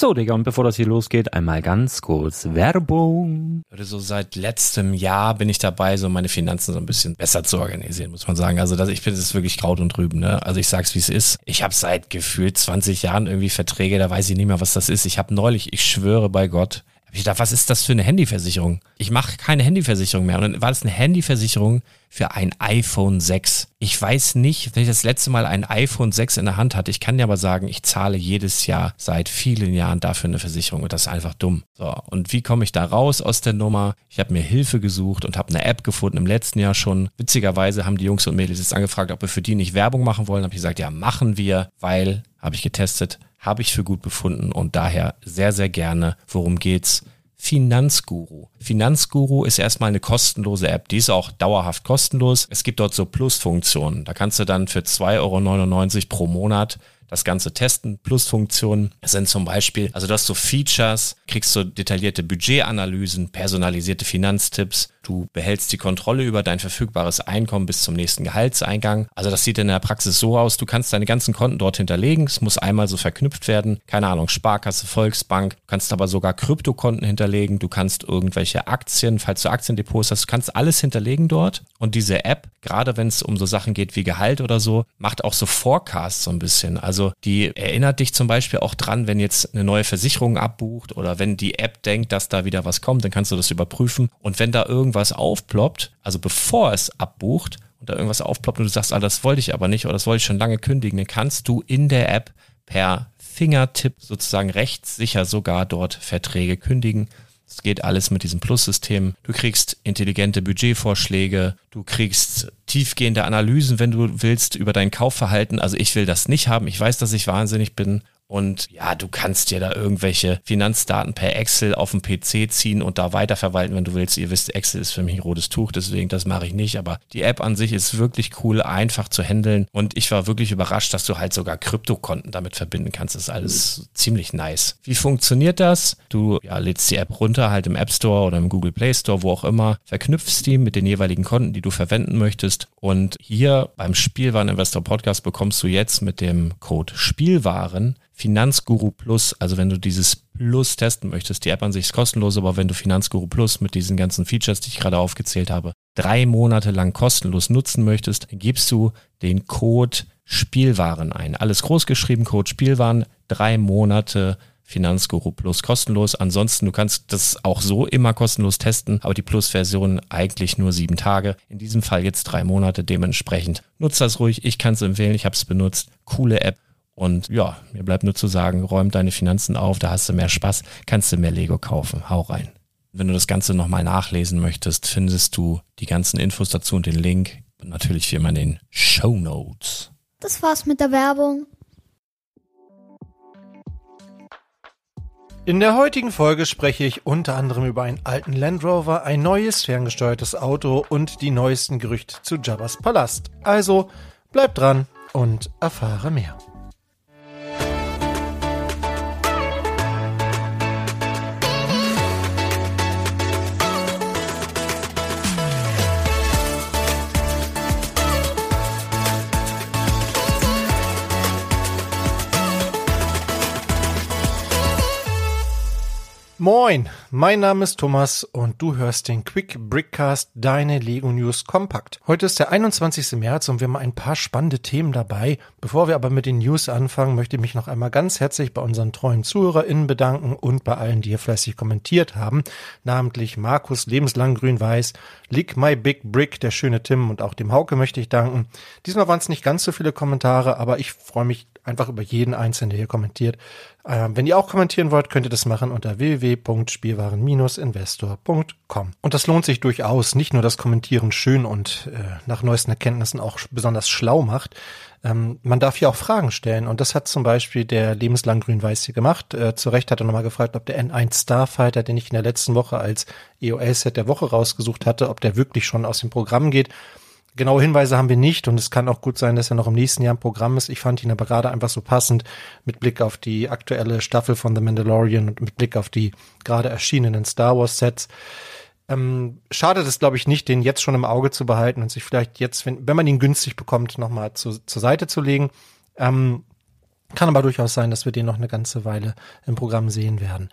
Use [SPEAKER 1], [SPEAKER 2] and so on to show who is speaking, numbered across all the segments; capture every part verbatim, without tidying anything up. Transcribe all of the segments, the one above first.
[SPEAKER 1] So, Digga, und bevor das hier losgeht, einmal ganz kurz Werbung.
[SPEAKER 2] So seit letztem Jahr bin ich dabei, so meine Finanzen so ein bisschen besser zu organisieren, muss man sagen. Also das, ich finde, das ist wirklich Kraut und Rüben, ne? Also ich sag's, wie es ist. Ich habe seit gefühlt zwanzig Jahren irgendwie Verträge, da weiß ich nicht mehr, was das ist. Ich habe neulich, ich schwöre bei Gott, hab ich gedacht, was ist das für eine Handyversicherung? Ich mache keine Handyversicherung mehr. Und dann war das eine Handyversicherung für ein iPhone sechs. Ich weiß nicht, wenn ich das letzte Mal ein iPhone sechs in der Hand hatte. Ich kann dir aber sagen, ich zahle jedes Jahr seit vielen Jahren dafür eine Versicherung und das ist einfach dumm. So, und wie komme ich da raus aus der Nummer? Ich habe mir Hilfe gesucht und habe eine App gefunden im letzten Jahr schon. Witzigerweise haben die Jungs und Mädels jetzt angefragt, ob wir für die nicht Werbung machen wollen. Habe ich gesagt, ja, machen wir, weil, habe ich getestet, habe ich für gut befunden und daher sehr, sehr gerne. Worum geht's? Finanzguru. Finanzguru ist erstmal eine kostenlose App, die ist auch dauerhaft kostenlos. Es gibt dort so Plusfunktionen. Da kannst du dann für zwei Euro neunundneunzig pro Monat das Ganze testen. Plusfunktionen sind zum Beispiel, also du hast so Features, kriegst so detaillierte Budgetanalysen, personalisierte Finanztipps, du behältst die Kontrolle über dein verfügbares Einkommen bis zum nächsten Gehaltseingang. Also das sieht in der Praxis so aus, du kannst deine ganzen Konten dort hinterlegen, es muss einmal so verknüpft werden, keine Ahnung, Sparkasse, Volksbank, du kannst aber sogar Kryptokonten hinterlegen, du kannst irgendwelche Aktien, falls du Aktiendepots hast, du kannst alles hinterlegen dort und diese App, gerade wenn es um so Sachen geht wie Gehalt oder so, macht auch so Forecasts so ein bisschen, also die erinnert dich zum Beispiel auch dran, wenn jetzt eine neue Versicherung abbucht oder wenn die App denkt, dass da wieder was kommt, dann kannst du das überprüfen und wenn da irgendwas was aufploppt, also bevor es abbucht und da irgendwas aufploppt und du sagst, ah, das wollte ich aber nicht oder das wollte ich schon lange kündigen, dann kannst du in der App per Fingertipp sozusagen rechtssicher sogar dort Verträge kündigen. Das geht alles mit diesem Plus-System. Du kriegst intelligente Budgetvorschläge, du kriegst tiefgehende Analysen, wenn du willst, über dein Kaufverhalten. Also ich will das nicht haben. Ich weiß, dass ich wahnsinnig bin. Und ja, du kannst dir da irgendwelche Finanzdaten per Excel auf dem P C ziehen und da weiterverwalten, wenn du willst. Ihr wisst, Excel ist für mich ein rotes Tuch, deswegen das mache ich nicht. Aber die App an sich ist wirklich cool, einfach zu handeln. Und ich war wirklich überrascht, dass du halt sogar Kryptokonten damit verbinden kannst. Das ist alles ziemlich nice. Wie funktioniert das? Du ja, lädst die App runter, halt im App Store oder im Google Play Store, wo auch immer, verknüpfst die mit den jeweiligen Konten, die du verwenden möchtest. Und hier beim Spielwareninvestor Podcast bekommst du jetzt mit dem Code Spielwaren Finanzguru Plus, also wenn du dieses Plus testen möchtest, die App an sich ist kostenlos, aber wenn du Finanzguru Plus mit diesen ganzen Features, die ich gerade aufgezählt habe, drei Monate lang kostenlos nutzen möchtest, dann gibst du den Code Spielwaren ein. Alles groß geschrieben, Code Spielwaren, drei Monate Finanzguru Plus kostenlos. Ansonsten, du kannst das auch so immer kostenlos testen, aber die Plus-Version eigentlich nur sieben Tage. In diesem Fall jetzt drei Monate, dementsprechend nutzt das ruhig. Ich kann es empfehlen, ich habe es benutzt. Coole App. Und ja, mir bleibt nur zu sagen, räum deine Finanzen auf, da hast du mehr Spaß, kannst du mehr Lego kaufen. Hau rein. Wenn du das Ganze nochmal nachlesen möchtest, findest du die ganzen Infos dazu und den Link. Und natürlich wie immer in den Shownotes.
[SPEAKER 3] Das war's mit der Werbung.
[SPEAKER 4] In der heutigen Folge spreche ich unter anderem über einen alten Land Rover, ein neues ferngesteuertes Auto und die neuesten Gerüchte zu Jabba's Palast. Also bleib dran und erfahre mehr. Moin, mein Name ist Thomas und du hörst den Quick Brickcast, deine Lego News kompakt. Heute ist der einundzwanzigste März und wir haben ein paar spannende Themen dabei. Bevor wir aber mit den News anfangen, möchte ich mich noch einmal ganz herzlich bei unseren treuen ZuhörerInnen bedanken und bei allen, die hier fleißig kommentiert haben. Namentlich Markus, lebenslang grün-weiß, Lick My Big Brick, der schöne Tim und auch dem Hauke möchte ich danken. Diesmal waren es nicht ganz so viele Kommentare, aber ich freue mich einfach über jeden Einzelnen, der hier kommentiert. Äh, wenn ihr auch kommentieren wollt, könnt ihr das machen unter w w w punkt spielwaren Bindestrich investor punkt com. Und das lohnt sich durchaus. Nicht nur das Kommentieren schön und äh, nach neuesten Erkenntnissen auch besonders schlau macht. Ähm, man darf hier auch Fragen stellen. Und das hat zum Beispiel der lebenslang grün-weiß hier gemacht. Äh, zu Recht hat er nochmal gefragt, ob der N eins Starfighter, den ich in der letzten Woche als E O L-Set der Woche rausgesucht hatte, ob der wirklich schon aus dem Programm geht. Genaue Hinweise haben wir nicht und es kann auch gut sein, dass er noch im nächsten Jahr im Programm ist. Ich fand ihn aber gerade einfach so passend mit Blick auf die aktuelle Staffel von The Mandalorian und mit Blick auf die gerade erschienenen Star Wars Sets. Ähm, schadet es, glaube ich, nicht, den jetzt schon im Auge zu behalten und sich vielleicht jetzt, wenn, wenn man ihn günstig bekommt, nochmal zu, zur Seite zu legen. Ähm, Kann aber durchaus sein, dass wir den noch eine ganze Weile im Programm sehen werden.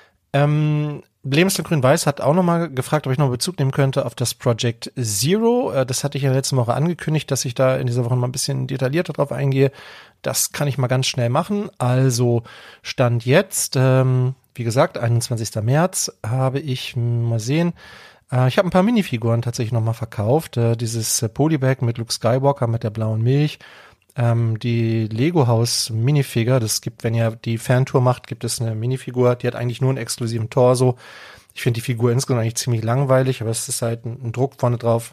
[SPEAKER 4] Ähm, Lebenslang Grün-Weiß hat auch nochmal gefragt, ob ich noch Bezug nehmen könnte auf das Project Zero. Äh, das hatte ich ja letzte Woche angekündigt, dass ich da in dieser Woche mal ein bisschen detaillierter drauf eingehe. Das kann ich mal ganz schnell machen. Also Stand jetzt, ähm, wie gesagt, einundzwanzigster März habe ich, mal sehen, äh, ich habe ein paar Minifiguren tatsächlich nochmal verkauft. Äh, dieses äh, Polybag mit Luke Skywalker mit der blauen Milch. Ähm, die Lego House Minifigure, das gibt, wenn ihr die Fantour macht, gibt es eine Minifigur, die hat eigentlich nur einen exklusiven Torso. Ich finde die Figur insgesamt eigentlich ziemlich langweilig, aber es ist halt ein, ein Druck vorne drauf.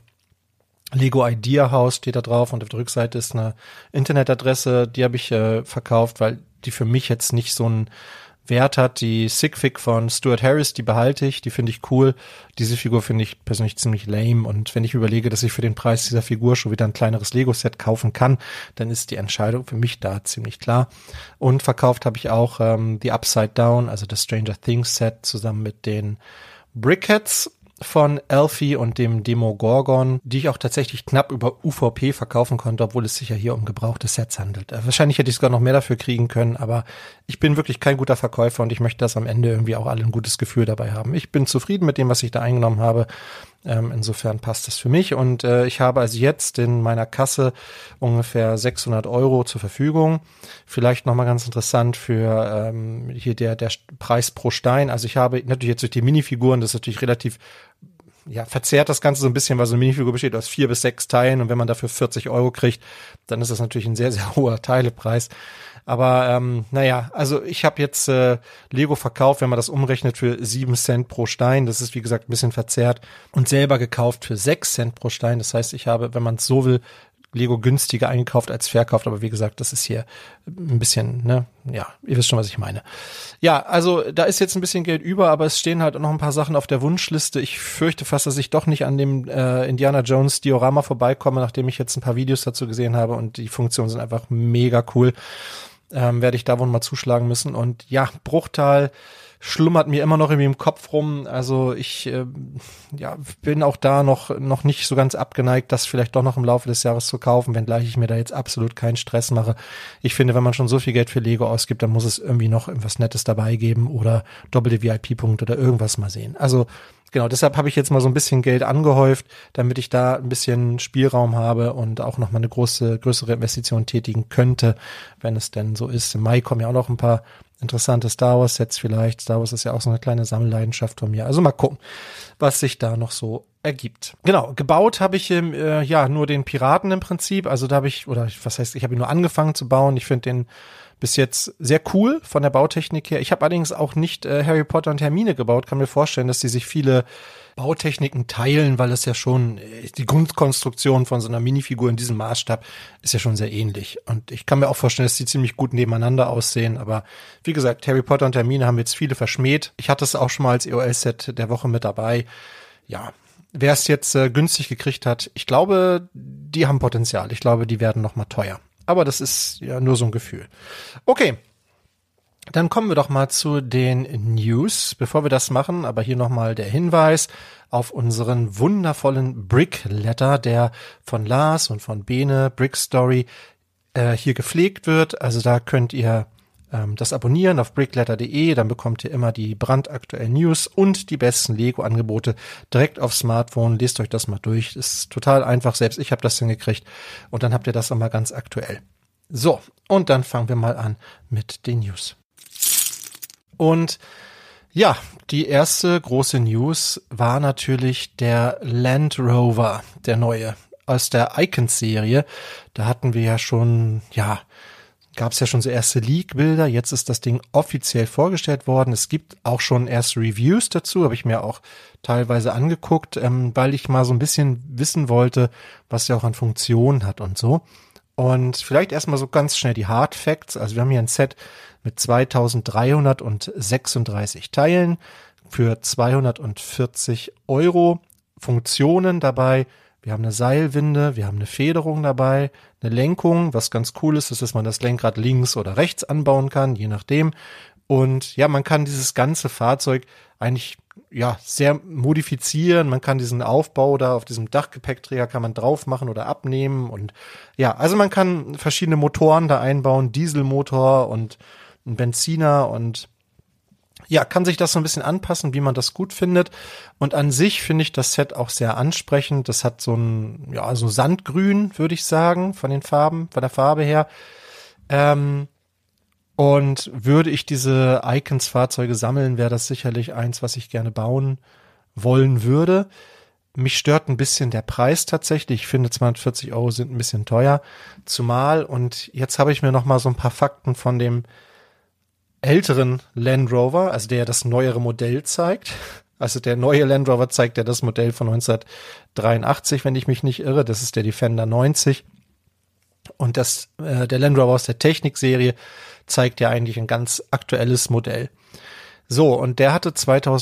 [SPEAKER 4] Lego Idea House steht da drauf und auf der Rückseite ist eine Internetadresse, die habe ich äh, verkauft, weil die für mich jetzt nicht so einen Wert hat. Die Sigfig von Stuart Harris, die behalte ich, die finde ich cool. Diese Figur finde ich persönlich ziemlich lame und wenn ich überlege, dass ich für den Preis dieser Figur schon wieder ein kleineres Lego-Set kaufen kann, dann ist die Entscheidung für mich da ziemlich klar. Und verkauft habe ich auch ähm, die Upside Down, also das Stranger Things Set zusammen mit den Brickheads von Elfie und dem Demogorgon, die ich auch tatsächlich knapp über U V P verkaufen konnte, obwohl es sich ja hier um gebrauchte Sets handelt. Äh, wahrscheinlich hätte ich sogar noch mehr dafür kriegen können, aber ich bin wirklich kein guter Verkäufer und ich möchte, dass am Ende irgendwie auch alle ein gutes Gefühl dabei haben. Ich bin zufrieden mit dem, was ich da eingenommen habe. Ähm, insofern passt das für mich und äh, ich habe also jetzt in meiner Kasse ungefähr sechshundert Euro zur Verfügung. Vielleicht nochmal ganz interessant für ähm, hier der, der Preis pro Stein. Also ich habe natürlich jetzt durch die Minifiguren, das ist natürlich relativ ja, verzerrt das Ganze so ein bisschen, weil so eine Minifigur besteht aus vier bis sechs Teilen und wenn man dafür vierzig Euro kriegt, dann ist das natürlich ein sehr, sehr hoher Teilepreis. Aber ähm, naja, also ich habe jetzt äh, Lego verkauft, wenn man das umrechnet, für sieben Cent pro Stein. Das ist, wie gesagt, ein bisschen verzerrt. Und selber gekauft für sechs Cent pro Stein. Das heißt, ich habe, wenn man es so will, Lego günstiger eingekauft als verkauft, aber wie gesagt, das ist hier ein bisschen, ne, ja, ihr wisst schon, was ich meine. Ja, also da ist jetzt ein bisschen Geld über, aber es stehen halt noch ein paar Sachen auf der Wunschliste. Ich fürchte fast, dass ich doch nicht an dem äh, Indiana Jones Diorama vorbeikomme, nachdem ich jetzt ein paar Videos dazu gesehen habe und die Funktionen sind einfach mega cool. Ähm, werde ich da wohl mal zuschlagen müssen. Und ja, Bruchtal schlummert mir immer noch irgendwie im Kopf rum. Also ich äh, ja, bin auch da noch noch nicht so ganz abgeneigt, das vielleicht doch noch im Laufe des Jahres zu kaufen, wenngleich ich mir da jetzt absolut keinen Stress mache. Ich finde, wenn man schon so viel Geld für Lego ausgibt, dann muss es irgendwie noch irgendwas Nettes dabei geben oder doppelte V I P-Punkte oder irgendwas mal sehen. Also genau, deshalb habe ich jetzt mal so ein bisschen Geld angehäuft, damit ich da ein bisschen Spielraum habe und auch noch mal eine große, größere Investition tätigen könnte, wenn es denn so ist. Im Mai kommen ja auch noch ein paar interessante Star Wars Sets vielleicht. Star Wars ist ja auch so eine kleine Sammelleidenschaft von mir. Also mal gucken, was sich da noch so ergibt. Genau, gebaut habe ich äh, ja nur den Piraten im Prinzip. Also da habe ich, oder was heißt, ich habe ihn nur angefangen zu bauen. Ich finde den bis jetzt sehr cool von der Bautechnik her. Ich habe allerdings auch nicht äh, Harry Potter und Hermine gebaut. Kann mir vorstellen, dass die sich viele Bautechniken teilen, weil es ja schon, die Grundkonstruktion von so einer Minifigur in diesem Maßstab ist ja schon sehr ähnlich. Und ich kann mir auch vorstellen, dass die ziemlich gut nebeneinander aussehen. Aber wie gesagt, Harry Potter und Hermine haben jetzt viele verschmäht. Ich hatte es auch schon mal als E O L-Set der Woche mit dabei. Ja, wer es jetzt äh, günstig gekriegt hat, ich glaube, die haben Potenzial. Ich glaube, die werden noch mal teuer. Aber das ist ja nur so ein Gefühl. Okay. Dann kommen wir doch mal zu den News. Bevor wir das machen, aber hier nochmal der Hinweis auf unseren wundervollen Brick-Letter, der von Lars und von Bene, Brick Story, äh, hier gepflegt wird. Also da könnt ihr ähm, das abonnieren auf brickletter punkt de. Dann bekommt ihr immer die brandaktuellen News und die besten Lego-Angebote direkt aufs Smartphone. Lest euch das mal durch. Ist total einfach. Selbst ich habe das hingekriegt. Und dann habt ihr das immer ganz aktuell. So, und dann fangen wir mal an mit den News. Und ja, die erste große News war natürlich der Land Rover, der neue, aus der Icons-Serie. Da hatten wir ja schon, ja, gab es ja schon so erste Leak-Bilder. Jetzt ist das Ding offiziell vorgestellt worden. Es gibt auch schon erste Reviews dazu, habe ich mir auch teilweise angeguckt, ähm, weil ich mal so ein bisschen wissen wollte, was der auch an Funktionen hat und so. Und vielleicht erstmal so ganz schnell die Hard Facts. Also wir haben hier ein Set mit zweitausenddreihundertsechsunddreißig Teilen für zweihundertvierzig Euro. Funktionen dabei. Wir haben eine Seilwinde, wir haben eine Federung dabei, eine Lenkung, was ganz cool ist, ist, dass man das Lenkrad links oder rechts anbauen kann, je nachdem. Und ja, man kann dieses ganze Fahrzeug eigentlich ja, sehr modifizieren. Man kann diesen Aufbau da auf diesem Dachgepäckträger kann man drauf machen oder abnehmen und ja, also man kann verschiedene Motoren da einbauen, Dieselmotor und ein Benziner und ja, kann sich das so ein bisschen anpassen, wie man das gut findet. Und an sich finde ich das Set auch sehr ansprechend. Das hat so ein, ja, so Sandgrün, würde ich sagen, von den Farben, von der Farbe her. Ähm, und würde ich diese Icons-Fahrzeuge sammeln, wäre das sicherlich eins, was ich gerne bauen wollen würde. Mich stört ein bisschen der Preis tatsächlich. Ich finde zweihundertvierzig Euro sind ein bisschen teuer. Zumal, und jetzt habe ich mir noch mal so ein paar Fakten von dem älteren Land Rover, also der das neuere Modell zeigt. Also der neue Land Rover zeigt ja das Modell von neunzehnhundertdreiundachtzig, wenn ich mich nicht irre. Das ist der Defender neunzig. Und das äh, der Land Rover aus der Technik-Serie zeigt ja eigentlich ein ganz aktuelles Modell. So, und der hatte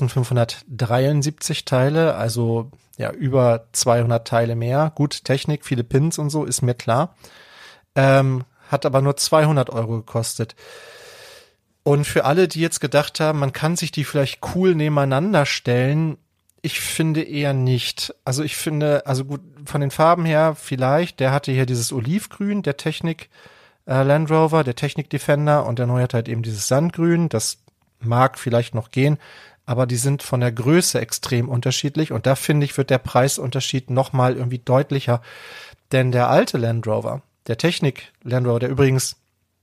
[SPEAKER 4] zweitausendfünfhundertdreiundsiebzig Teile, also ja über zweihundert Teile mehr. Gut, Technik, viele Pins und so, ist mir klar. Ähm, hat aber nur zweihundert Euro gekostet. Und für alle, die jetzt gedacht haben, man kann sich die vielleicht cool nebeneinander stellen, ich finde eher nicht. Also ich finde, also gut, von den Farben her vielleicht, der hatte hier dieses Olivgrün, der Technik äh, Land Rover, der Technik Defender, und der neue hat halt eben dieses Sandgrün, das mag vielleicht noch gehen, aber die sind von der Größe extrem unterschiedlich und da finde ich, wird der Preisunterschied nochmal irgendwie deutlicher, denn der alte Land Rover, der Technik Land Rover, der übrigens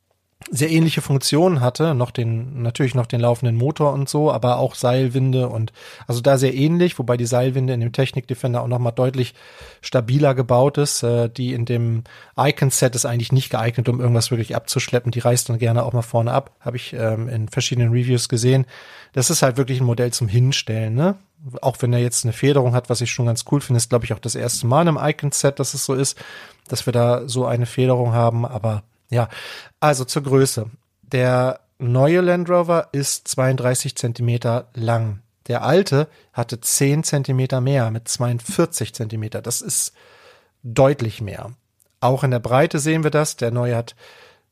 [SPEAKER 4] sehr ähnliche Funktionen hatte, noch den, natürlich noch den laufenden Motor und so, aber auch Seilwinde und, also da sehr ähnlich, wobei die Seilwinde in dem Technik Defender auch nochmal deutlich stabiler gebaut ist, äh, die in dem Icon-Set ist eigentlich nicht geeignet, um irgendwas wirklich abzuschleppen, die reißt dann gerne auch mal vorne ab, habe ich ähm, in verschiedenen Reviews gesehen. Das ist halt wirklich ein Modell zum Hinstellen, ne? Auch wenn er jetzt eine Federung hat, was ich schon ganz cool finde, ist glaube ich auch das erste Mal in einem Icon-Set, dass es so ist, dass wir da so eine Federung haben, aber ja, also zur Größe. Der neue Land Rover ist zweiunddreißig Zentimeter lang. Der alte hatte zehn Zentimeter mehr mit zweiundvierzig Zentimeter. Das ist deutlich mehr. Auch in der Breite sehen wir das. Der neue hat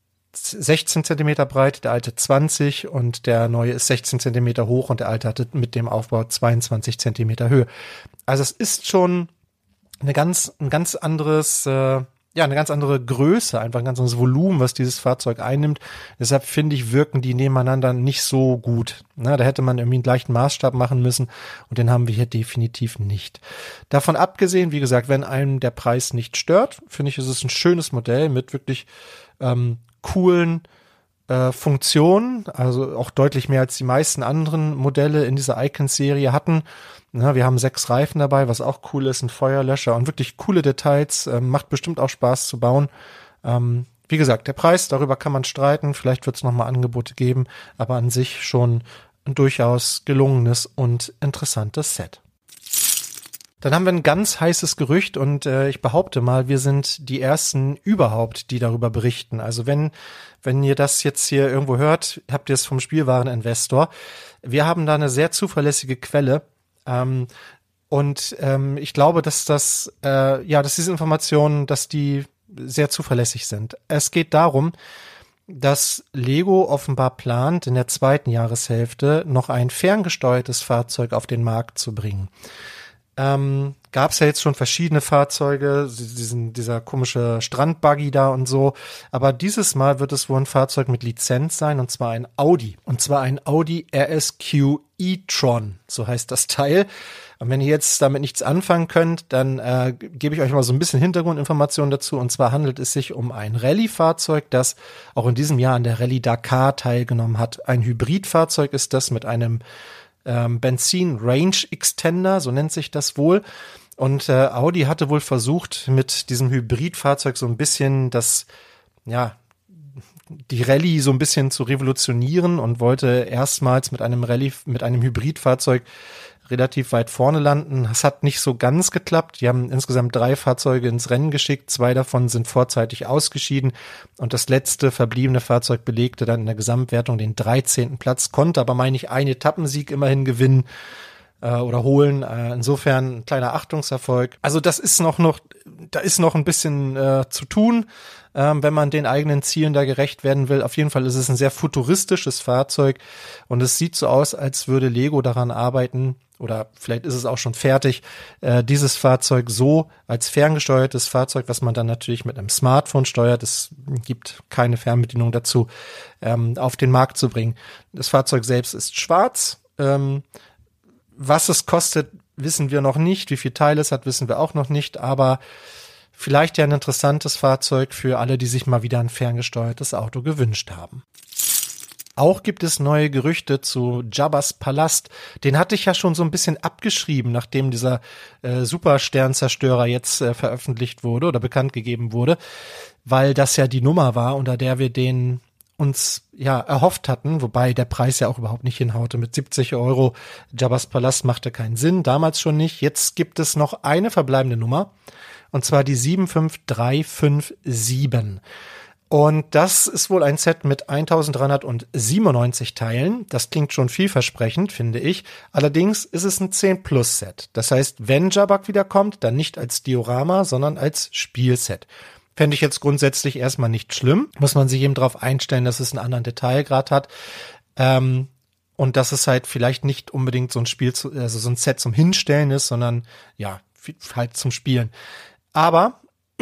[SPEAKER 4] sechzehn Zentimeter breit, der alte zwanzig und der neue ist sechzehn Zentimeter hoch und der alte hatte mit dem Aufbau zweiundzwanzig Zentimeter Höhe. Also es ist schon eine ganz, ein ganz anderes, äh, ja, eine ganz andere Größe, einfach ein ganz anderes Volumen, was dieses Fahrzeug einnimmt. Deshalb finde ich, wirken die nebeneinander nicht so gut. Na, da hätte man irgendwie einen gleichen Maßstab machen müssen und den haben wir hier definitiv nicht. Davon abgesehen, wie gesagt, wenn einem der Preis nicht stört, finde ich, ist es ein schönes Modell mit wirklich ähm, coolen äh, Funktionen, also auch deutlich mehr als die meisten anderen Modelle in dieser Icon-Serie hatten. Na, wir haben sechs Reifen dabei, was auch cool ist, ein Feuerlöscher und wirklich coole Details, ähm, macht bestimmt auch Spaß zu bauen. Ähm, wie gesagt, der Preis, darüber kann man streiten, vielleicht wird es nochmal Angebote geben, aber an sich schon ein durchaus gelungenes und interessantes Set. Dann haben wir ein ganz heißes Gerücht und äh, ich behaupte mal, wir sind die ersten überhaupt, die darüber berichten. Also wenn wenn ihr das jetzt hier irgendwo hört, habt ihr es vom Spielwareninvestor. Wir haben da eine sehr zuverlässige Quelle. Ähm, und ähm, ich glaube, dass das, äh, ja, dass diese Informationen, dass die sehr zuverlässig sind. Es geht darum, dass Lego offenbar plant, in der zweiten Jahreshälfte noch ein ferngesteuertes Fahrzeug auf den Markt zu bringen. Ähm, gab es ja jetzt schon verschiedene Fahrzeuge, diesen, dieser komische Strandbuggy da und so. Aber dieses Mal wird es wohl ein Fahrzeug mit Lizenz sein, und zwar ein Audi. Und zwar ein Audi R S Q e-tron, so heißt das Teil. Und wenn ihr jetzt damit nichts anfangen könnt, dann äh, gebe ich euch mal so ein bisschen Hintergrundinformationen dazu. Und zwar handelt es sich um ein Rallye-Fahrzeug, das auch in diesem Jahr an der Rallye Dakar teilgenommen hat. Ein Hybridfahrzeug ist das mit einem Ähm, Benzin Range Extender, so nennt sich das wohl. Und äh, Audi hatte wohl versucht, mit diesem Hybridfahrzeug so ein bisschen das, ja, die Rallye so ein bisschen zu revolutionieren und wollte erstmals mit einem Rallye, mit einem Hybridfahrzeug relativ weit vorne landen. Das hat nicht so ganz geklappt. Die haben insgesamt drei Fahrzeuge ins Rennen geschickt. Zwei davon sind vorzeitig ausgeschieden. Und das letzte verbliebene Fahrzeug belegte dann in der Gesamtwertung den dreizehnten Platz, konnte aber, meine ich, einen Etappensieg immerhin gewinnen. äh, oder holen. Äh, insofern ein kleiner Achtungserfolg. Also das ist noch, noch da ist noch ein bisschen äh, zu tun, ähm, wenn man den eigenen Zielen da gerecht werden will. Auf jeden Fall ist es ein sehr futuristisches Fahrzeug und es sieht so aus, als würde Lego daran arbeiten, oder vielleicht ist es auch schon fertig, äh, dieses Fahrzeug so als ferngesteuertes Fahrzeug, was man dann natürlich mit einem Smartphone steuert, es gibt keine Fernbedienung dazu, ähm, auf den Markt zu bringen. Das Fahrzeug selbst ist schwarz. Ähm, was es kostet, wissen wir noch nicht. Wie viel Teile es hat, wissen wir auch noch nicht. Aber vielleicht ja ein interessantes Fahrzeug für alle, die sich mal wieder ein ferngesteuertes Auto gewünscht haben. Auch gibt es neue Gerüchte zu Jabba's Palast. Den hatte ich ja schon so ein bisschen abgeschrieben, nachdem dieser äh, Supersternzerstörer jetzt äh, veröffentlicht wurde oder bekannt gegeben wurde, weil das ja die Nummer war, unter der wir den uns ja erhofft hatten, wobei der Preis ja auch überhaupt nicht hinhaute. Mit siebzig Euro Jabba's Palast machte keinen Sinn, damals schon nicht. Jetzt gibt es noch eine verbleibende Nummer, und zwar die sieben fünf drei fünf sieben. Und das ist wohl ein Set mit eintausenddreihundertsiebenundneunzig Teilen. Das klingt schon vielversprechend, finde ich. Allerdings ist es ein zehn Plus Set. Das heißt, wenn Jabba wiederkommt, dann nicht als Diorama, sondern als Spielset. Fände ich jetzt grundsätzlich erstmal nicht schlimm. Muss man sich eben darauf einstellen, dass es einen anderen Detailgrad hat. Ähm, und dass es halt vielleicht nicht unbedingt so ein Spiel, zu, also so ein Set zum Hinstellen ist, sondern ja, halt zum Spielen. Aber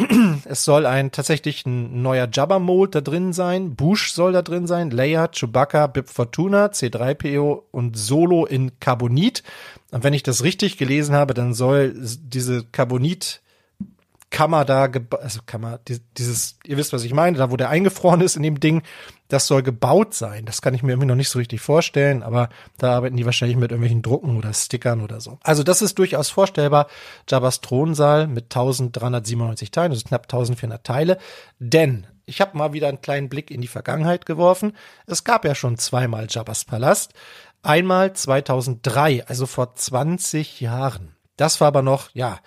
[SPEAKER 4] es soll ein tatsächlich ein neuer Jabba-Mode da drin sein. Boushh soll da drin sein. Leia, Chewbacca, Bib Fortuna, C drei P O und Solo in Carbonit. Und wenn ich das richtig gelesen habe, dann soll diese Carbonit Kammer da, also Kammer, dieses, ihr wisst, was ich meine, da wo der eingefroren ist in dem Ding, das soll gebaut sein. Das kann ich mir irgendwie noch nicht so richtig vorstellen, aber da arbeiten die wahrscheinlich mit irgendwelchen Drucken oder Stickern oder so. Also das ist durchaus vorstellbar. Jabba's Thronsaal mit eintausenddreihundertsiebenundneunzig Teilen, also knapp eintausendvierhundert Teile, denn ich habe mal wieder einen kleinen Blick in die Vergangenheit geworfen. Es gab ja schon zweimal Jabba's Palast. Einmal zweitausenddrei, also vor zwanzig Jahren. Das war aber noch, ja,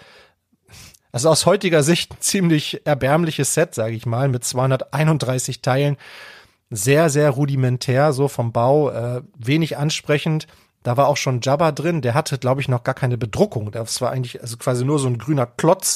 [SPEAKER 4] also aus heutiger Sicht ein ziemlich erbärmliches Set, sage ich mal, mit zweihunderteinunddreißig Teilen. Sehr, sehr rudimentär, so vom Bau, äh, wenig ansprechend. Da war auch schon Jabba drin, der hatte, glaube ich, noch gar keine Bedruckung. Das war eigentlich also quasi nur so ein grüner Klotz.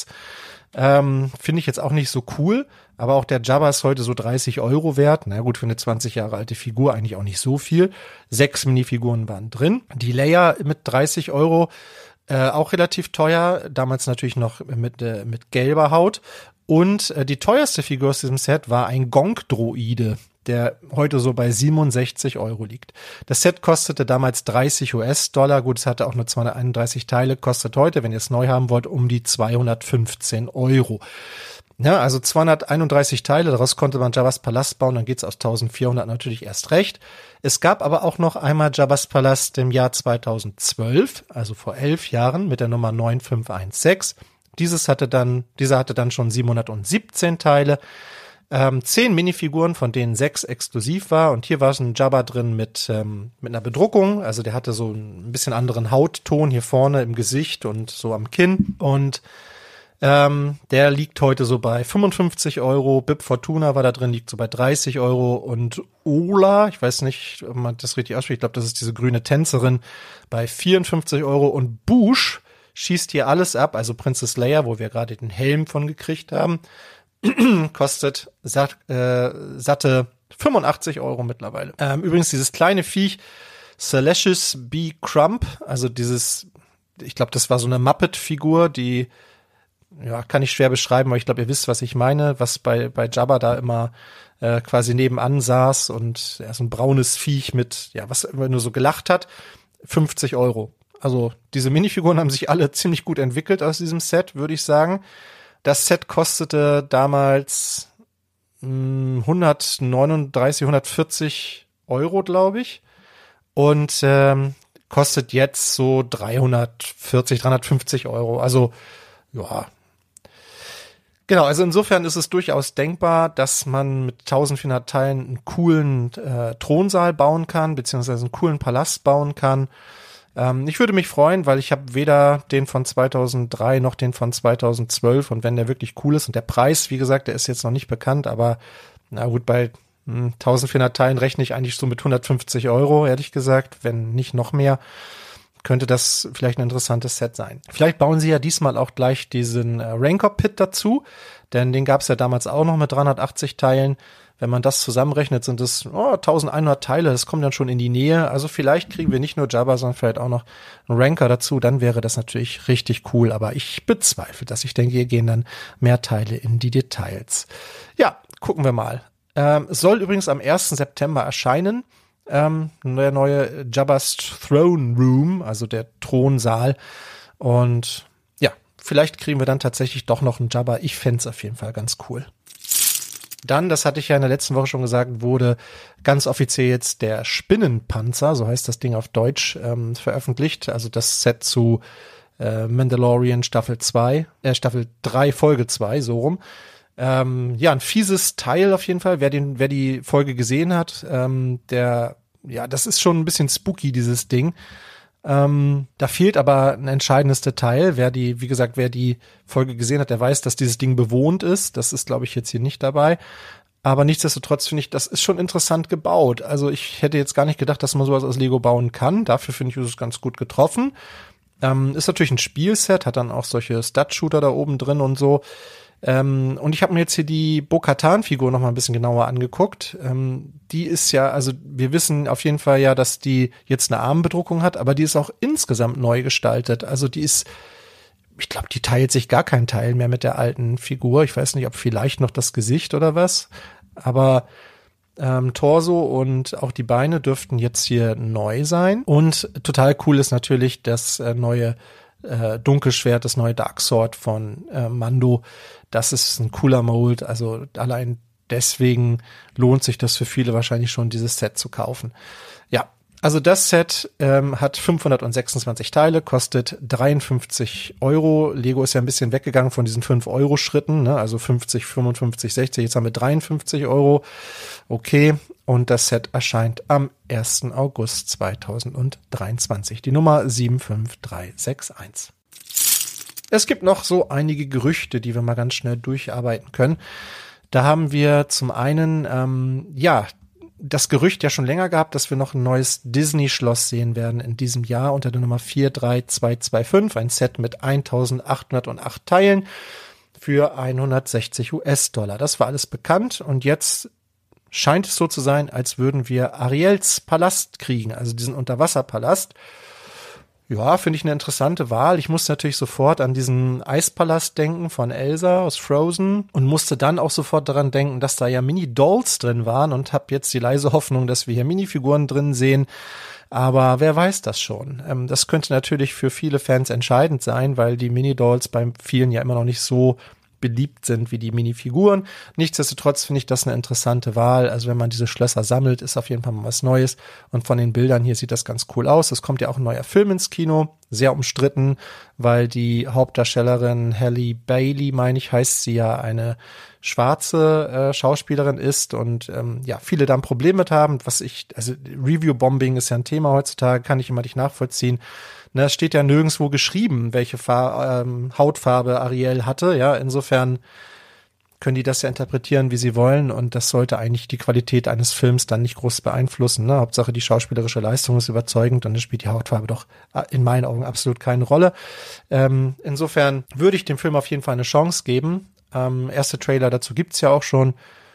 [SPEAKER 4] Ähm, finde ich jetzt auch nicht so cool, aber auch der Jabba ist heute so dreißig Euro wert. Na gut, für eine zwanzig Jahre alte Figur eigentlich auch nicht so viel. Sechs Minifiguren waren drin. Die Leia mit dreißig Euro, Äh, auch relativ teuer, damals natürlich noch mit äh, mit gelber Haut. Und äh, die teuerste Figur aus diesem Set war ein Gonk-Droide, der heute so bei siebenundsechzig Euro liegt. Das Set kostete damals dreißig US-Dollar. Gut, es hatte auch nur zweihunderteinunddreißig Teile, kostet heute, wenn ihr es neu haben wollt, um die zweihundertfünfzehn Euro. Ja, also zweihunderteinunddreißig Teile, daraus konnte man Jabba's Palast bauen, dann geht's aus eintausendvierhundert natürlich erst recht. Es gab aber auch noch einmal Jabba's Palast im Jahr zweitausendzwölf, also vor elf Jahren mit der Nummer neun fünf eins sechs. Dieses hatte dann, dieser hatte dann schon siebenhundertsiebzehn Teile, ähm, zehn Minifiguren, von denen sechs exklusiv war. Und hier war so ein Jabba drin mit ähm, mit einer Bedruckung, also der hatte so ein bisschen anderen Hautton hier vorne im Gesicht und so am Kinn. Und Ähm, der liegt heute so bei fünfundfünfzig Euro. Bib Fortuna war da drin, liegt so bei dreißig Euro. Und Ola, ich weiß nicht, ob man das richtig ausspricht, ich glaube, das ist diese grüne Tänzerin, bei vierundfünfzig Euro. Und Boushh schießt hier alles ab, also Princess Leia, wo wir gerade den Helm von gekriegt haben, kostet satt, äh, satte fünfundachtzig Euro mittlerweile. Ähm, übrigens dieses kleine Viech, Salacious B. Crump, also dieses, ich glaube, das war so eine Muppet-Figur, die ja, kann ich schwer beschreiben, aber ich glaube, ihr wisst, was ich meine, was bei bei Jabba da immer äh, quasi nebenan saß und ja, so ein braunes Viech mit, ja, was immer nur so gelacht hat, fünfzig Euro. Also diese Minifiguren haben sich alle ziemlich gut entwickelt aus diesem Set, würde ich sagen. Das Set kostete damals mh, hundertneununddreißig, hundertvierzig Euro, glaube ich, und ähm, kostet jetzt so dreihundertvierzig, dreihundertfünfzig Euro. Also ja. Genau, also insofern ist es durchaus denkbar, dass man mit eintausendvierhundert Teilen einen coolen äh, Thronsaal bauen kann, beziehungsweise einen coolen Palast bauen kann. Ähm, ich würde mich freuen, weil ich habe weder den von zweitausenddrei noch den von zweitausendzwölf, und wenn der wirklich cool ist und der Preis, wie gesagt, der ist jetzt noch nicht bekannt, aber na gut, bei mh, eintausendvierhundert Teilen rechne ich eigentlich so mit hundertfünfzig Euro, ehrlich gesagt, wenn nicht noch mehr. könnte das vielleicht ein interessantes Set sein. Vielleicht bauen sie ja diesmal auch gleich diesen äh, Rancor-Pit dazu, denn den gab es ja damals auch noch mit dreihundertachtzig Teilen. Wenn man das zusammenrechnet, sind es oh, eintausendeinhundert Teile, das kommt dann schon in die Nähe. Also vielleicht kriegen wir nicht nur Jabba, sondern vielleicht auch noch einen Rancor dazu, dann wäre das natürlich richtig cool, aber ich bezweifle das. Ich denke, hier gehen dann mehr Teile in die Details. Ja, gucken wir mal. Ähm, es soll übrigens am ersten September erscheinen. Ähm, der neue Jabba's Throne Room, also der Thronsaal. Und ja, vielleicht kriegen wir dann tatsächlich doch noch einen Jabba. Ich fände es auf jeden Fall ganz cool. Dann, das hatte ich ja in der letzten Woche schon gesagt, wurde ganz offiziell jetzt der Spinnenpanzer, so heißt das Ding auf Deutsch, ähm, veröffentlicht. Also das Set zu äh, Mandalorian Staffel zwei, äh, Staffel drei, Folge zwei, so rum. Ähm, ja, ein fieses Teil auf jeden Fall. Wer den, wer die Folge gesehen hat, ähm, der, ja, das ist schon ein bisschen spooky, dieses Ding. Ähm, da fehlt aber ein entscheidendes Detail. Wer die, wie gesagt, wer die Folge gesehen hat, der weiß, dass dieses Ding bewohnt ist. Das ist, glaube ich, jetzt hier nicht dabei. Aber nichtsdestotrotz finde ich, das ist schon interessant gebaut. Also ich hätte jetzt gar nicht gedacht, dass man sowas aus Lego bauen kann. Dafür finde ich, ist es ganz gut getroffen. Ähm, ist natürlich ein Spielset, hat dann auch solche Stud-Shooter da oben drin und so. Ähm, und ich habe mir jetzt hier die Bo-Katan-Figur noch mal ein bisschen genauer angeguckt. Ähm, die ist ja, also wir wissen auf jeden Fall ja, dass die jetzt eine Armbedruckung hat, aber die ist auch insgesamt neu gestaltet. Also die ist, ich glaube, die teilt sich gar keinen Teil mehr mit der alten Figur. Ich weiß nicht, ob vielleicht noch das Gesicht oder was, aber ähm, Torso und auch die Beine dürften jetzt hier neu sein. Und total cool ist natürlich das äh, neue äh, Dunkelschwert, das neue Darksword von äh, Mando. Das ist ein cooler Mold, also allein deswegen lohnt sich das für viele wahrscheinlich schon, dieses Set zu kaufen. Ja, also das Set ähm, hat fünfhundertsechsundzwanzig Teile, kostet dreiundfünfzig Euro. Lego ist ja ein bisschen weggegangen von diesen fünf Euro Schritten, ne? Also fünfzig, fünfundfünfzig, sechzig, jetzt haben wir dreiundfünfzig Euro. Okay, und das Set erscheint am ersten August zweitausenddreiundzwanzig. Die Nummer sieben fünf drei sechs eins. Es gibt noch so einige Gerüchte, die wir mal ganz schnell durcharbeiten können. Da haben wir zum einen, ähm, ja, das Gerücht ja schon länger gehabt, dass wir noch ein neues Disney-Schloss sehen werden in diesem Jahr unter der Nummer vier drei zwei zwei fünf. Ein Set mit eintausendachthundertacht Teilen für hundertsechzig US-Dollar. Das war alles bekannt und jetzt scheint es so zu sein, als würden wir Ariels Palast kriegen, also diesen Unterwasserpalast. Ja, finde ich eine interessante Wahl. Ich musste natürlich sofort an diesen Eispalast denken von Elsa aus Frozen und musste dann auch sofort daran denken, dass da ja Mini-Dolls drin waren und habe jetzt die leise Hoffnung, dass wir hier Minifiguren drin sehen. Aber wer weiß das schon? Ähm, das könnte natürlich für viele Fans entscheidend sein, weil die Mini-Dolls bei vielen ja immer noch nicht so beliebt sind wie die Minifiguren. Nichtsdestotrotz finde ich das eine interessante Wahl. Also wenn man diese Schlösser sammelt, ist auf jeden Fall mal was Neues. Und von den Bildern hier sieht das ganz cool aus. Es kommt ja auch ein neuer Film ins Kino. Sehr umstritten, weil die Hauptdarstellerin Halle Bailey, meine ich, heißt sie ja, eine schwarze äh, Schauspielerin ist und ähm, ja, viele da ein Problem mit haben, was ich, also Review-Bombing ist ja ein Thema heutzutage, kann ich immer nicht nachvollziehen. Ne, es steht ja nirgendwo geschrieben, welche Fa- ähm, Hautfarbe Ariel hatte, ja, insofern können die das ja interpretieren, wie sie wollen und das sollte eigentlich die Qualität eines Films dann nicht groß beeinflussen. Ne? Hauptsache die schauspielerische Leistung ist überzeugend und dann spielt die Hautfarbe doch in meinen Augen absolut keine Rolle. Ähm, insofern würde ich dem Film auf jeden Fall eine Chance geben. Ähm, erste Trailer dazu gibt's ja auch schon.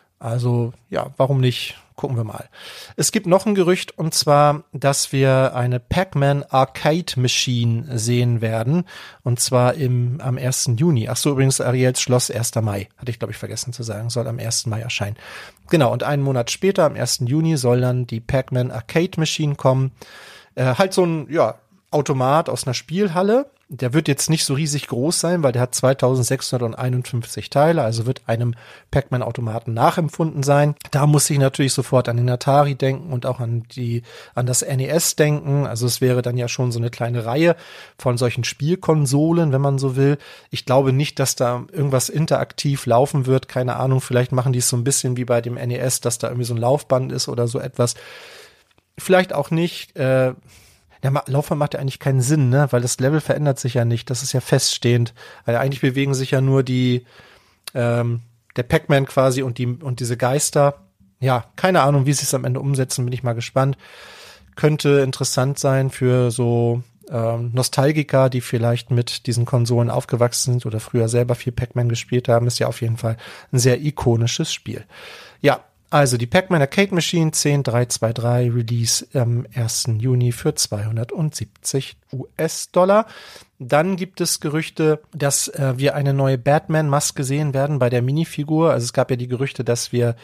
[SPEAKER 4] Also ja, warum nicht? Gucken wir mal. Es gibt noch ein Gerücht und zwar, dass wir eine Pac-Man Arcade Machine sehen werden und zwar im am ersten Juni. Ach so, übrigens Ariels Schloss erster Mai. Hatte ich, glaube ich, vergessen zu sagen. Soll am ersten Mai erscheinen. Genau, und einen Monat später, am ersten Juni, soll dann die Pac-Man Arcade Machine kommen. Äh, halt so ein, ja, Automat aus einer Spielhalle. Der wird jetzt nicht so riesig groß sein, weil der hat zweitausendsechshunderteinundfünfzig Teile, also wird einem Pac-Man-Automaten nachempfunden sein. Da muss ich natürlich sofort an den Atari denken und auch an die an das N E S denken. Also es wäre dann ja schon so eine kleine Reihe von solchen Spielkonsolen, wenn man so will. Ich glaube nicht, dass da irgendwas interaktiv laufen wird. Keine Ahnung, vielleicht machen die es so ein bisschen wie bei dem N E S, dass da irgendwie so ein Laufband ist oder so etwas. Vielleicht auch nicht. Äh, Ja, Laufband macht ja eigentlich keinen Sinn, ne? Weil das Level verändert sich ja nicht. Das ist ja feststehend. Weil eigentlich bewegen sich ja nur die, ähm, der Pac-Man quasi und die, und diese Geister. Ja, keine Ahnung, wie sie es am Ende umsetzen, bin ich mal gespannt. Könnte interessant sein für so, ähm, Nostalgiker, die vielleicht mit diesen Konsolen aufgewachsen sind oder früher selber viel Pac-Man gespielt haben, ist ja auf jeden Fall ein sehr ikonisches Spiel. Ja, also die Pac-Man Arcade Machine zehn drei zwei drei, Release am ersten Juni für zweihundertsiebzig US-Dollar. Dann gibt es Gerüchte, dass äh, wir eine neue Batman-Maske sehen werden bei der Minifigur. Also es gab ja die Gerüchte, dass wir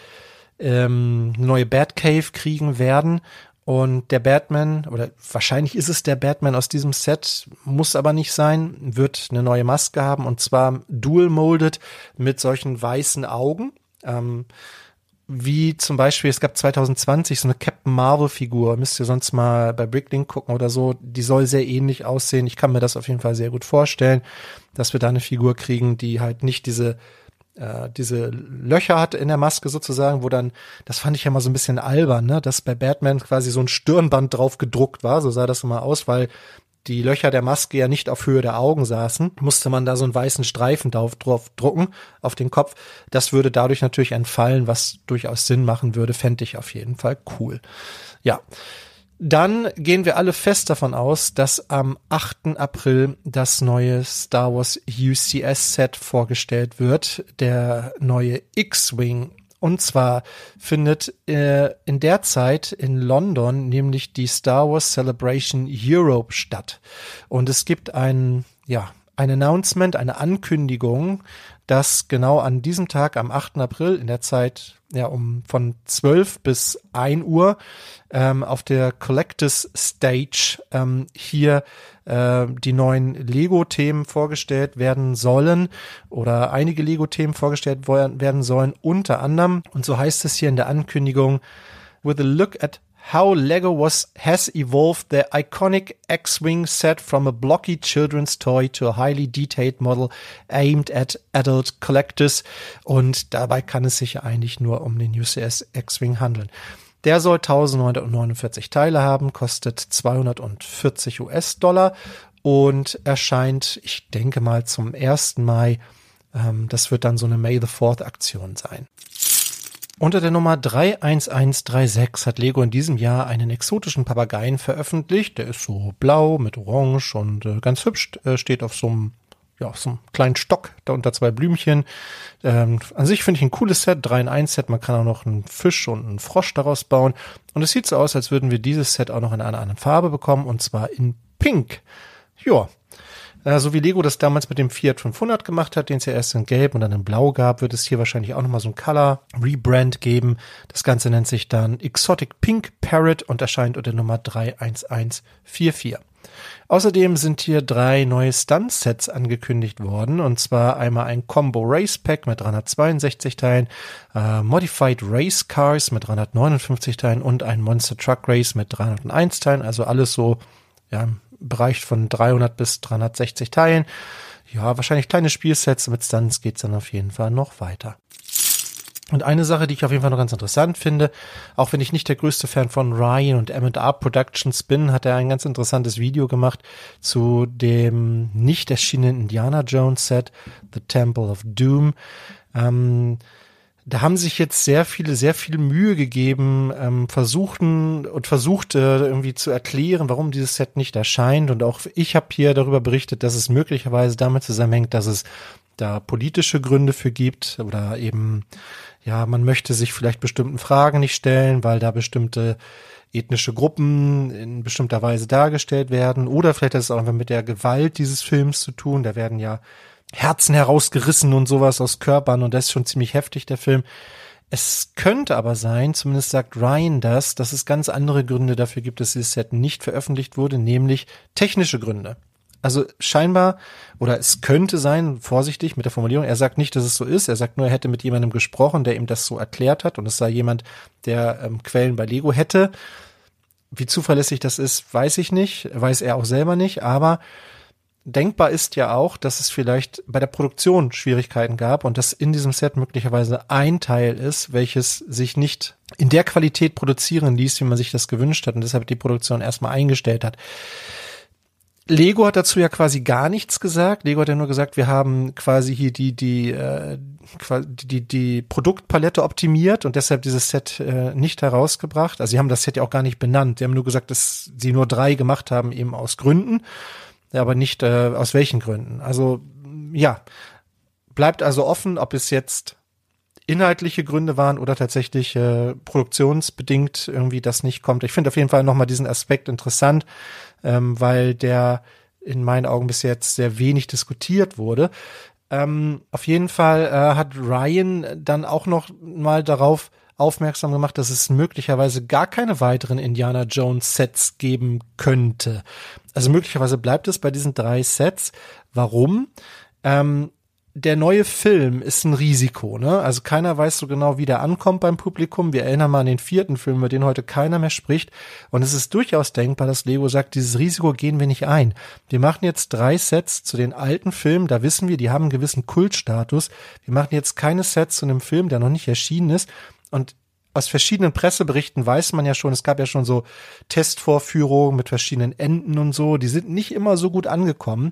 [SPEAKER 4] ähm, eine neue Batcave kriegen werden. Und der Batman, oder wahrscheinlich ist es der Batman aus diesem Set, muss aber nicht sein, wird eine neue Maske haben, und zwar dual-molded mit solchen weißen Augen. Ähm, wie zum Beispiel, es gab zwanzig zwanzig so eine Captain Marvel-Figur, müsst ihr sonst mal bei Bricklink gucken oder so, die soll sehr ähnlich aussehen. Ich kann mir das auf jeden Fall sehr gut vorstellen, dass wir da eine Figur kriegen, die halt nicht diese äh, diese Löcher hat in der Maske sozusagen, wo dann, das fand ich ja mal so ein bisschen albern, ne, dass bei Batman quasi so ein Stirnband drauf gedruckt war, so sah das immer aus, weil die Löcher der Maske ja nicht auf Höhe der Augen saßen, musste man da so einen weißen Streifen drauf, drauf drucken auf den Kopf. Das würde dadurch natürlich entfallen, was durchaus Sinn machen würde, fände ich auf jeden Fall cool. Ja, dann gehen wir alle fest davon aus, dass am achten April das neue Star Wars U C S-Set vorgestellt wird, der neue X-Wing. Und zwar findet äh, in der Zeit in London nämlich die Star Wars Celebration Europe statt. Und es gibt ein, ja, ein Announcement, eine Ankündigung, dass genau an diesem Tag, am achten April, in der Zeit ja um von zwölf bis ein Uhr ähm, auf der Collectors Stage ähm, hier äh, die neuen Lego-Themen vorgestellt werden sollen oder einige Lego-Themen vorgestellt werden sollen, unter anderem, und so heißt es hier in der Ankündigung, with a look at how Lego was has evolved their iconic X-Wing set from a blocky children's toy to a highly detailed model aimed at adult collectors. Und dabei kann es sich ja eigentlich nur um den U C S X-Wing handeln. Der soll eintausendneunhundertneunundvierzig Teile haben, kostet zweihundertvierzig US-Dollar und erscheint, ich denke mal, zum ersten Mai. Ähm, das wird dann so eine May the fourth Aktion sein. Unter der Nummer drei eins eins drei sechs hat Lego in diesem Jahr einen exotischen Papageien veröffentlicht. Der ist so blau mit Orange und äh, ganz hübsch, äh, steht auf so einem, ja, auf so einem kleinen Stock, da unter zwei Blümchen. Ähm, an sich finde ich ein cooles Set, drei in eins Set. Man kann auch noch einen Fisch und einen Frosch daraus bauen. Und es sieht so aus, als würden wir dieses Set auch noch in einer anderen Farbe bekommen, und zwar in Pink. Ja. So wie Lego das damals mit dem Fiat fünfhundert gemacht hat, den es ja erst in Gelb und dann in Blau gab, wird es hier wahrscheinlich auch nochmal so ein Color-Rebrand geben. Das Ganze nennt sich dann Exotic Pink Parrot und erscheint unter Nummer drei eins eins vier vier. Außerdem sind hier drei neue Stunt-Sets angekündigt worden, und zwar einmal ein Combo Race Pack mit dreihundertzweiundsechzig Teilen, äh, Modified Race Cars mit dreihundertneunundfünfzig Teilen und ein Monster Truck Race mit dreihunderteins Teilen, also alles so, ja, Bereich von dreihundert bis dreihundertsechzig Teilen. Ja, wahrscheinlich kleine Spielsets. Mit Stunts geht's dann auf jeden Fall noch weiter. Und eine Sache, die ich auf jeden Fall noch ganz interessant finde, auch wenn ich nicht der größte Fan von Ryan und M and R Productions bin, hat er ein ganz interessantes Video gemacht zu dem nicht erschienenen Indiana Jones Set, The Temple of Doom. Ähm, Da haben sich jetzt sehr viele, sehr viel Mühe gegeben, ähm, versuchten und versucht äh, irgendwie zu erklären, warum dieses Set nicht erscheint. Und auch ich habe hier darüber berichtet, dass es möglicherweise damit zusammenhängt, dass es da politische Gründe für gibt oder eben, ja, man möchte sich vielleicht bestimmten Fragen nicht stellen, weil da bestimmte ethnische Gruppen in bestimmter Weise dargestellt werden. Oder vielleicht hat es auch einfach mit der Gewalt dieses Films zu tun. Da werden ja Herzen herausgerissen und sowas aus Körpern, und das ist schon ziemlich heftig, der Film. Es könnte aber sein, zumindest sagt Ryan das, dass es ganz andere Gründe dafür gibt, dass dieses Set nicht veröffentlicht wurde, nämlich technische Gründe. Also scheinbar, oder es könnte sein, vorsichtig mit der Formulierung, er sagt nicht, dass es so ist, er sagt nur, er hätte mit jemandem gesprochen, der ihm das so erklärt hat, und es sei jemand, der ähm, Quellen bei Lego hätte. Wie zuverlässig das ist, weiß ich nicht, weiß er auch selber nicht, aber denkbar ist ja auch, dass es vielleicht bei der Produktion Schwierigkeiten gab und dass in diesem Set möglicherweise ein Teil ist, welches sich nicht in der Qualität produzieren ließ, wie man sich das gewünscht hat, und deshalb die Produktion erstmal eingestellt hat. Lego hat dazu ja quasi gar nichts gesagt. Lego hat ja nur gesagt, wir haben quasi hier die die äh, die die Produktpalette optimiert und deshalb dieses Set äh, nicht herausgebracht. Also sie haben das Set ja auch gar nicht benannt. Sie haben nur gesagt, dass sie nur drei gemacht haben, eben aus Gründen, aber nicht äh, aus welchen Gründen. Also ja, bleibt also offen, ob es jetzt inhaltliche Gründe waren oder tatsächlich äh, produktionsbedingt irgendwie das nicht kommt. Ich finde auf jeden Fall nochmal diesen Aspekt interessant, ähm, weil der in meinen Augen bis jetzt sehr wenig diskutiert wurde. Ähm, auf jeden Fall äh, hat Ryan dann auch noch mal darauf aufmerksam gemacht, dass es möglicherweise gar keine weiteren Indiana Jones Sets geben könnte. Also möglicherweise bleibt es bei diesen drei Sets. Warum? Ähm, Der neue Film ist ein Risiko, ne? Also keiner weiß so genau, wie der ankommt beim Publikum. Wir erinnern mal an den vierten Film, über den heute keiner mehr spricht. Und es ist durchaus denkbar, dass Lego sagt, dieses Risiko gehen wir nicht ein. Wir machen jetzt drei Sets zu den alten Filmen. Da wissen wir, die haben einen gewissen Kultstatus. Wir machen jetzt keine Sets zu einem Film, der noch nicht erschienen ist. Und aus verschiedenen Presseberichten weiß man ja schon, es gab ja schon so Testvorführungen mit verschiedenen Enden und so. Die sind nicht immer so gut angekommen.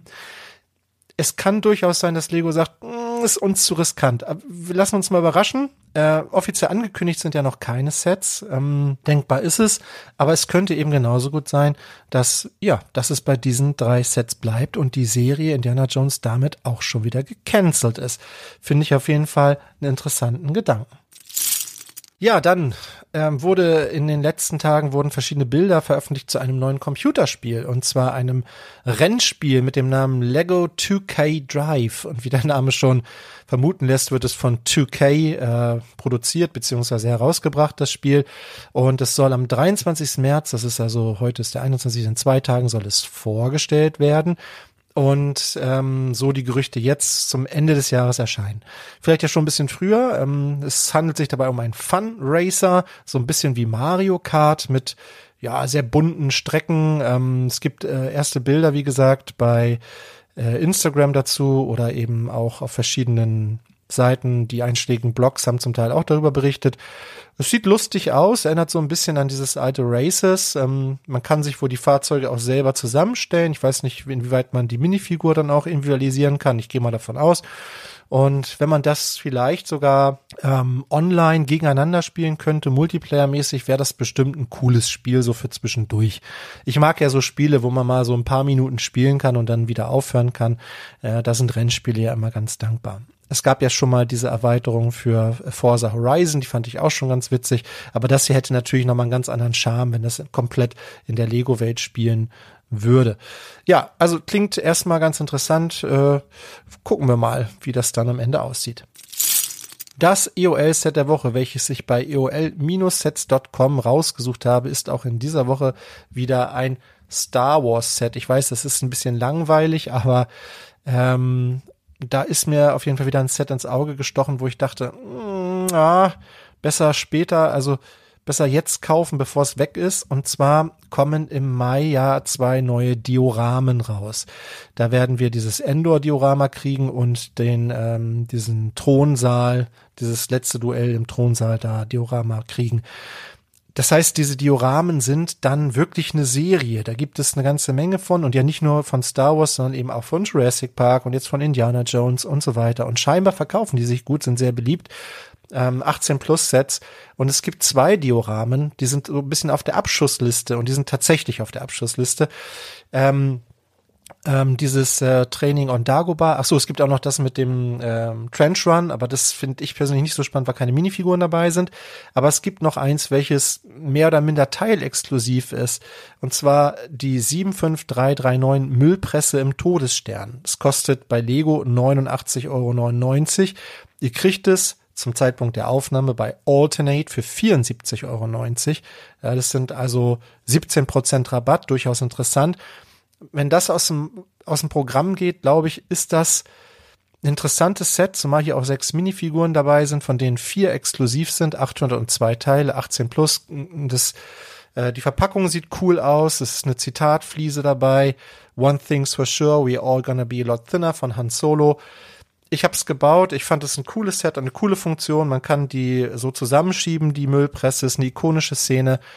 [SPEAKER 4] Es kann durchaus sein, dass Lego sagt, ist uns zu riskant. Aber wir lassen uns mal überraschen. Äh, offiziell angekündigt sind ja noch keine Sets. Ähm, denkbar ist es. Aber es könnte eben genauso gut sein, dass, ja, dass es bei diesen drei Sets bleibt und die Serie Indiana Jones damit auch schon wieder gecancelt ist. Finde ich auf jeden Fall einen interessanten Gedanken. Ja, dann ähm, wurde in den letzten Tagen wurden verschiedene Bilder veröffentlicht zu einem neuen Computerspiel und zwar einem Rennspiel mit dem Namen Lego two K Drive und wie der Name schon vermuten lässt, wird es von two K äh, produziert bzw. herausgebracht, das Spiel, und es soll am dreiundzwanzigsten März, das ist also heute ist der einundzwanzigste, in zwei Tagen soll es vorgestellt werden. Und ähm, so die Gerüchte jetzt zum Ende des Jahres erscheinen. Vielleicht ja schon ein bisschen früher. Ähm, es handelt sich dabei um einen Fun Racer, so ein bisschen wie Mario Kart mit ja sehr bunten Strecken. Ähm, es gibt äh, erste Bilder, wie gesagt, bei äh, Instagram dazu oder eben auch auf verschiedenen Seiten. Die einschlägigen Blogs haben zum Teil auch darüber berichtet. Es sieht lustig aus, erinnert so ein bisschen an dieses alte Races. Ähm, man kann sich wohl die Fahrzeuge auch selber zusammenstellen. Ich weiß nicht, inwieweit man die Minifigur dann auch individualisieren kann. Ich gehe mal davon aus. Und wenn man das vielleicht sogar ähm, online gegeneinander spielen könnte, multiplayermäßig, wäre das bestimmt ein cooles Spiel, so für zwischendurch. Ich mag ja so Spiele, wo man mal so ein paar Minuten spielen kann und dann wieder aufhören kann. Äh, da sind Rennspiele ja immer ganz dankbar. Es gab ja schon mal diese Erweiterung für Forza Horizon, die fand ich auch schon ganz witzig. Aber das hier hätte natürlich nochmal einen ganz anderen Charme, wenn das komplett in der Lego-Welt spielen würde. Ja, also klingt erstmal ganz interessant. Äh, gucken wir mal, wie das dann am Ende aussieht. Das E O L-Set der Woche, welches ich bei E O L Sets Punkt com rausgesucht habe, ist auch in dieser Woche wieder ein Star Wars-Set. Ich weiß, das ist ein bisschen langweilig, aber ähm, da ist mir auf jeden Fall wieder ein Set ins Auge gestochen, wo ich dachte, mh, ah, besser später, also besser jetzt kaufen, bevor es weg ist. Und zwar kommen im Mai ja zwei neue Dioramen raus. Da werden wir dieses Endor-Diorama kriegen und den ähm, diesen Thronsaal, dieses letzte Duell im Thronsaal da Diorama kriegen. Das heißt, diese Dioramen sind dann wirklich eine Serie. Da gibt es eine ganze Menge von und ja nicht nur von Star Wars, sondern eben auch von Jurassic Park und jetzt von Indiana Jones und so weiter. Und scheinbar verkaufen die sich gut, sind sehr beliebt. Ähm, achtzehn Plus Sets. Und es gibt zwei Dioramen, die sind so ein bisschen auf der Abschussliste und die sind tatsächlich auf der Abschussliste. Ähm, Ähm, dieses äh, Training on Dagobah. Ach so, es gibt auch noch das mit dem ähm, Trench Run, aber das finde ich persönlich nicht so spannend, weil keine Minifiguren dabei sind. Aber es gibt noch eins, welches mehr oder minder teilexklusiv ist. Und zwar die sieben fünf drei drei neun Müllpresse im Todesstern. Es kostet bei Lego neunundachtzig Euro neunundneunzig. Ihr kriegt es zum Zeitpunkt der Aufnahme bei Alternate für vierundsiebzig Euro neunzig. Ja, das sind also siebzehn Prozent Rabatt, durchaus interessant. Wenn das aus dem, aus dem Programm geht, glaube ich, ist das ein interessantes Set, zumal hier auch sechs Minifiguren dabei sind, von denen vier exklusiv sind, achthundertzwei Teile, achtzehn plus. Das, äh, die Verpackung sieht cool aus, es ist eine Zitatfliese dabei. One thing's for sure, we're all gonna be a lot thinner von Han Solo. Ich habe es gebaut, ich fand es ein cooles Set, eine coole Funktion. Man kann die so zusammenschieben, die Müllpresse, ist eine ikonische Szene.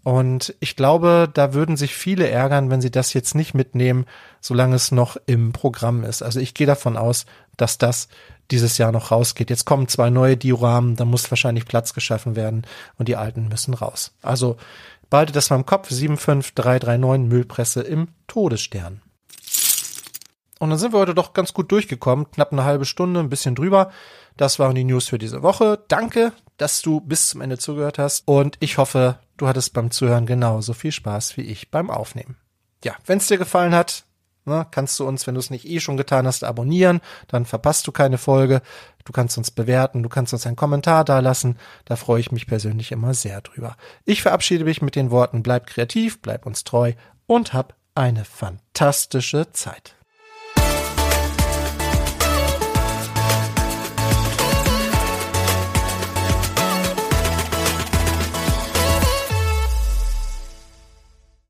[SPEAKER 4] Und ich glaube, da würden sich viele ärgern, wenn sie das jetzt nicht mitnehmen, solange es noch im Programm ist. Also ich gehe davon aus, dass das dieses Jahr noch rausgeht. Jetzt kommen zwei neue Dioramen, da muss wahrscheinlich Platz geschaffen werden und die alten müssen raus. Also behaltet das mal im Kopf, sieben fünf drei drei neun Müllpresse im Todesstern. Und dann sind wir heute doch ganz gut durchgekommen, knapp eine halbe Stunde, ein bisschen drüber. Das waren die News für diese Woche. Danke, dass du bis zum Ende zugehört hast und ich hoffe, du hattest beim Zuhören genauso viel Spaß wie ich beim Aufnehmen. Ja, wenn es dir gefallen hat, ne, kannst du uns, wenn du es nicht eh schon getan hast, abonnieren, dann verpasst du keine Folge. Du kannst uns bewerten, du kannst uns einen Kommentar dalassen, da freue ich mich persönlich immer sehr drüber. Ich verabschiede mich mit den Worten, bleib kreativ, bleib uns treu und hab eine fantastische Zeit.